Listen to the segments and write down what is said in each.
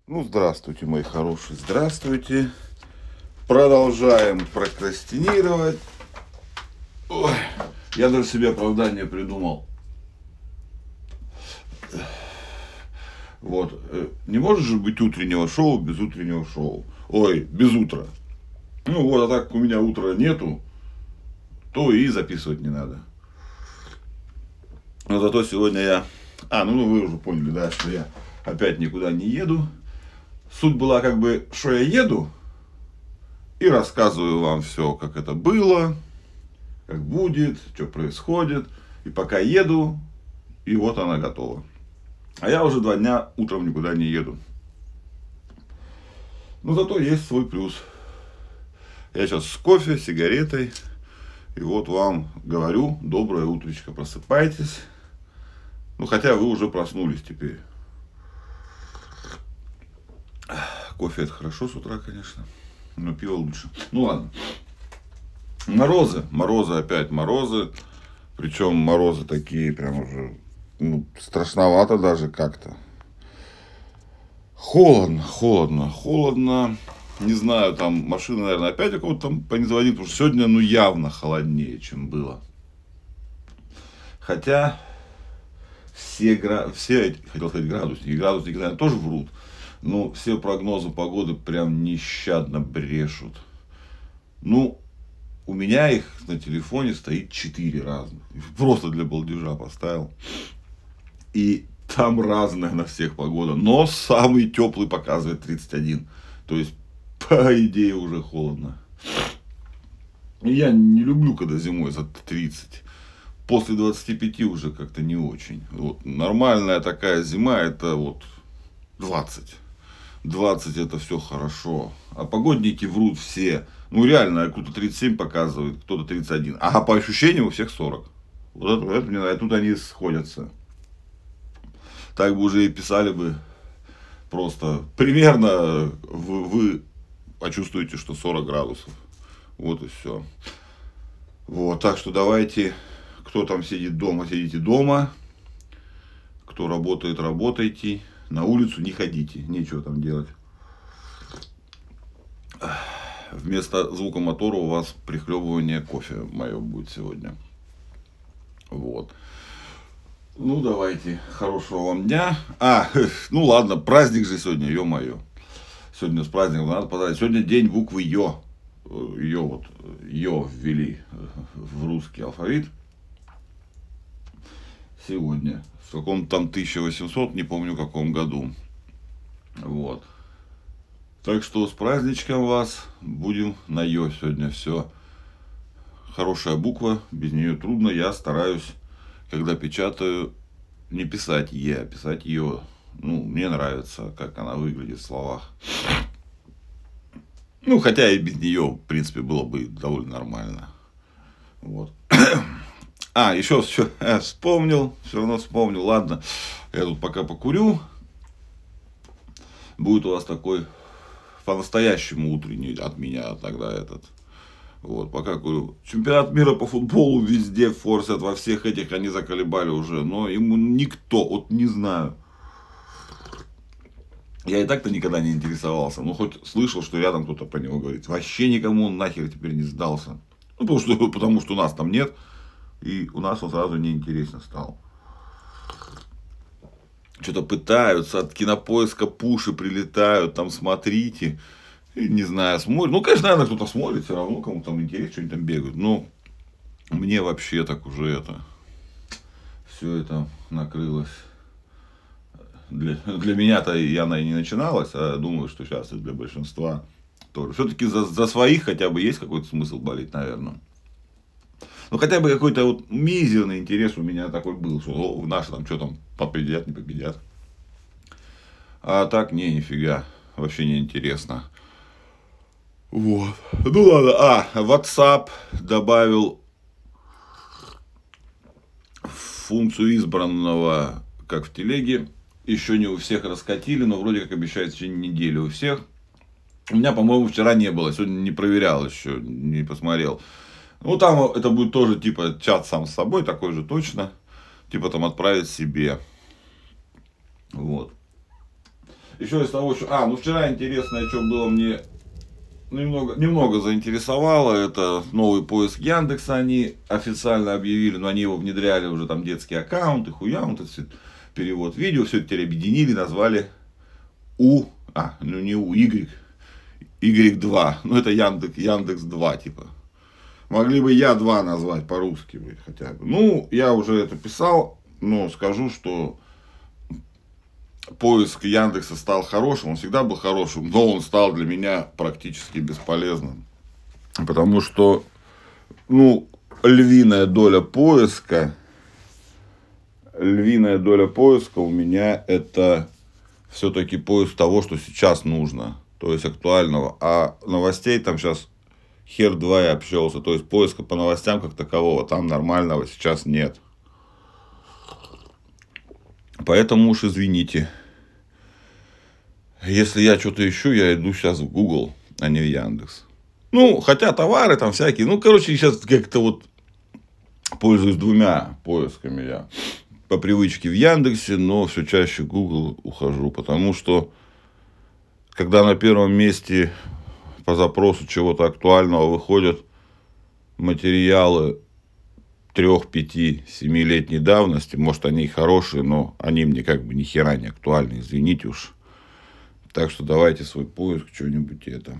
Ну, здравствуйте, мои хорошие, здравствуйте. Продолжаем прокрастинировать. Ой, я даже себе оправдание придумал. Вот, не может же быть утреннего шоу без утреннего шоу. Ой, без утра. Ну вот, а так как у меня утра нету, то и записывать не надо. Но зато сегодня я... ну вы уже поняли, да, что я опять никуда не еду. Суть была как бы, что я еду и рассказываю вам все, как это было, как будет, что происходит. И пока еду, и вот она готова. А я уже 2 дня утром никуда не еду. Но зато есть свой плюс. Я сейчас с кофе, сигаретой. И вот вам говорю, доброе утречко, просыпайтесь. Ну, хотя вы уже проснулись теперь. Кофе это хорошо с утра, конечно. Но пиво лучше. Ну ладно. Морозы опять морозы. Причем морозы такие прям уже, страшновато даже как-то. Холодно. Не знаю, там машина, наверное, опять у кого-то там позвонит, потому что сегодня, явно холоднее, чем было. Хотя все хотел сказать градусники, наверное, тоже врут. Но все прогнозы погоды прям нещадно брешут. У меня их на телефоне стоит 4 разных. Просто для балдежа поставил. И там разная на всех погода. Но самый теплый показывает 31. То есть, по идее, уже холодно. И я не люблю, когда зимой за 30. После 25 уже как-то не очень. Вот нормальная такая зима, это вот 20. 20 это все хорошо. А погодники врут все. Реально, кто-то 37 показывает, кто-то 31. А по ощущениям у всех 40. Вот это мне нравится. Тут они сходятся. Так бы уже и писали бы. Просто примерно вы почувствуете, что 40 градусов. Вот и все. Вот, так что давайте, кто там сидит дома, сидите дома. Кто работает, работайте. На улицу не ходите, нечего там делать. Вместо звука мотора у вас прихлебывание кофе мое будет сегодня. Вот. Давайте. Хорошего вам дня. Ладно, праздник же сегодня, ё-моё. Сегодня с праздником надо поздравить. Сегодня день буквы Ё. Ё ввели в русский алфавит. Сегодня. В каком-то там 1800, не помню каком году. Вот. Так что с праздничком вас. Будем на Ё сегодня все. Хорошая буква, без нее трудно. Я стараюсь, когда печатаю, не писать Е, а писать Ё. Мне нравится, как она выглядит в словах. Хотя и без нее, в принципе, было бы довольно нормально. Вот. Еще все вспомнил. Все равно вспомнил. Ладно, я тут пока покурю. Будет у вас такой по-настоящему утренний от меня тогда этот. Вот, пока курю. Чемпионат мира по футболу везде форсят, во всех этих они заколебали уже. Но ему никто, вот не знаю. Я и так-то никогда не интересовался. Хоть слышал, что рядом кто-то про него говорит. Вообще никому он нахер теперь не сдался. Потому что у нас там нет. И у нас он сразу неинтересно стал. Что-то пытаются, от Кинопоиска пуши прилетают, там смотрите. И, не знаю, смотрят. Конечно, наверное, кто-то смотрит, все равно, кому там интересно, что они там бегают. Но мне вообще так уже все это накрылось. Для меня-то она и не начиналась, а думаю, что сейчас и для большинства тоже. Все-таки за своих хотя бы есть какой-то смысл болеть, наверное. Хотя бы какой-то вот мизерный интерес у меня такой был, что наши там что там победят, не победят. А так, нифига, вообще не интересно. Вот. Ладно. WhatsApp добавил функцию избранного, как в телеге. Еще не у всех раскатили, но вроде как обещают в течение недели у всех. У меня, по-моему, вчера не было, сегодня не проверял еще, не посмотрел. Там это будет тоже типа чат сам с собой, такой же точно. Типа там отправить себе. Вот. еще из того, что... ну вчера интересное, что было мне немного заинтересовало, это новый поиск Яндекса, они официально объявили, но они его внедряли уже, там детские аккаунты, хуям, перевод видео, все это теперь объединили, назвали Y2, ну это Яндекс 2, типа. Могли бы Я 2 назвать по-русски хотя бы. Ну, я уже это писал, но скажу, что поиск Яндекса стал хорошим, он всегда был хорошим, но он стал для меня практически бесполезным. Потому что, львиная доля поиска у меня это все-таки поиск того, что сейчас нужно, то есть актуального. А новостей там сейчас хер два я общался, то есть поиска по новостям как такового там нормального сейчас нет. Поэтому уж извините. Если я что-то ищу, я иду сейчас в Google, а не в Яндекс. Хотя товары там всякие. Сейчас как-то вот пользуюсь двумя поисками я. По привычке в Яндексе, но все чаще в Google ухожу. Потому что, когда на первом месте по запросу чего-то актуального выходят материалы 3, 5, 7-летней давности, может, они и хорошие, но они мне как бы ни хера не актуальны, извините уж. Так что давайте свой поиск, что-нибудь это.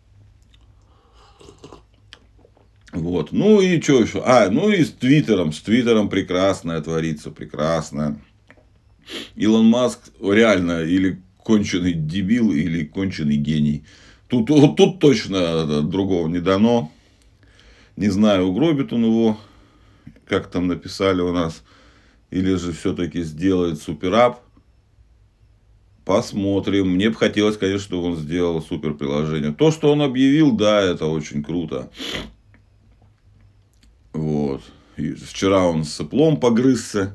Вот. Ну и что еще? И с Твиттером. С Твиттером прекрасное творится, прекрасно. Илон Маск реально или конченый дебил, или конченый гений. Тут точно другого не дано. Не знаю, угробит он его, как там написали у нас, или же все-таки сделает суперап. Посмотрим. Мне бы хотелось, конечно, чтобы он сделал супер приложение. То, что он объявил, да, это очень круто. Вот. И вчера он с Apple погрызся.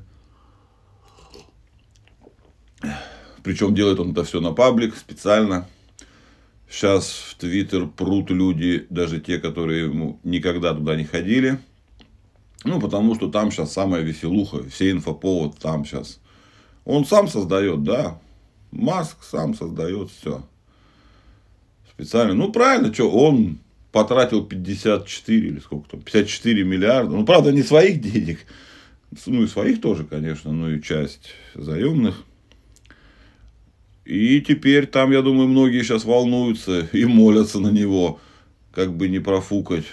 Причем делает он это все на паблик специально. Сейчас в Твиттер прут люди, даже те, которые никогда туда не ходили. Потому что там сейчас самая веселуха. Все инфоповод там сейчас. Он сам создает, да. Маск сам создает все. Специально. Правильно, что он потратил 54 или сколько там, 54 миллиарда. Правда, не своих денег. И своих тоже, конечно, но и часть заемных. И теперь там, я думаю, многие сейчас волнуются и молятся на него, как бы не профукать.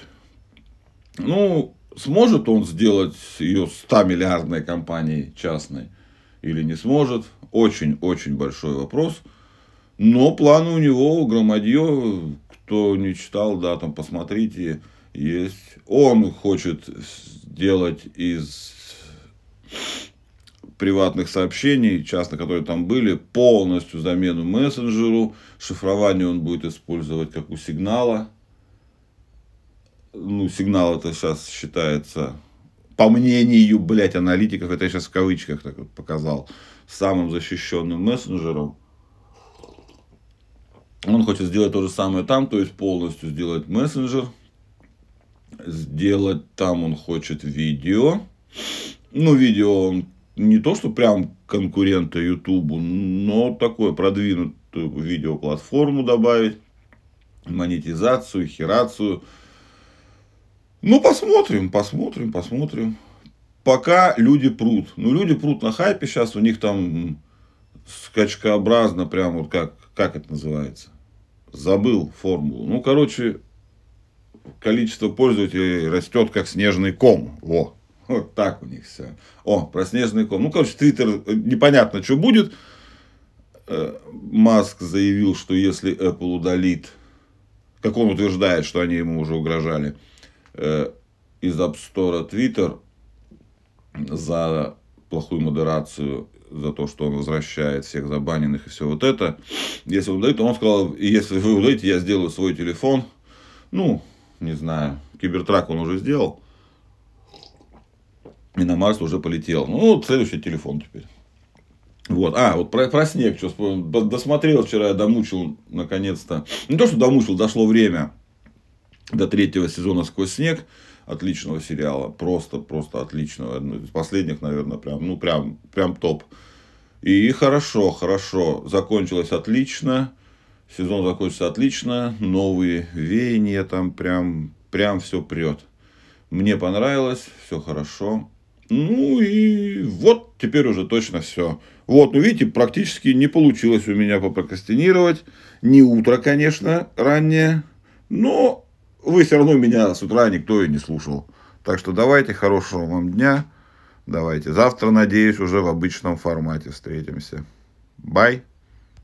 Сможет он сделать ее 100-миллиардной компанией частной или не сможет? Очень-очень большой вопрос. Но планы у него громадье. Кто не читал, да, там посмотрите, есть. Он хочет сделать из приватных сообщений, часто, которые там были, полностью замену мессенджеру. Шифрование он будет использовать как у Сигнала. Сигнал это сейчас считается, по мнению, аналитиков, это я сейчас в кавычках так вот показал, самым защищенным мессенджером. Он хочет сделать то же самое там, то есть полностью сделать мессенджер. Сделать там он хочет видео. Видео он не то, что прям конкурента Ютубу, но такое продвинутую видеоплатформу добавить. Монетизацию, херацию. Посмотрим. Пока люди прут. Люди прут на хайпе сейчас. У них там скачкообразно, прям вот как это называется. Забыл формулу. Количество пользователей растет как снежный ком. Вот так у них все. Про снежный ком. Твиттер непонятно, что будет. Маск заявил, что если Apple удалит, как он утверждает, что они ему уже угрожали, из App Store Twitter за плохую модерацию, за то, что он возвращает всех забаненных и все вот это. Если он удалит, то он сказал, если вы удалите, я сделаю свой телефон. Не знаю, Кибертрак он уже сделал. И на Марс уже полетел. Следующий телефон теперь. Вот про снег, что вспомнил. Досмотрел вчера, я домучил, наконец-то. Не то, что домучил, дошло время до 3-го сезона «Сквозь снег». Отличного сериала. Просто отличного. Один из последних, наверное, прям топ. И хорошо. Закончилось отлично. Сезон закончился отлично. Новые веяния там прям все прет. Мне понравилось, все хорошо. Ну и вот теперь уже точно все. Вот, ну видите, практически не получилось у меня попрокрастинировать. Не утро, конечно, раннее. Но вы все равно меня с утра никто и не слушал. Так что давайте, хорошего вам дня. Давайте. Завтра, надеюсь, уже в обычном формате встретимся. Бай.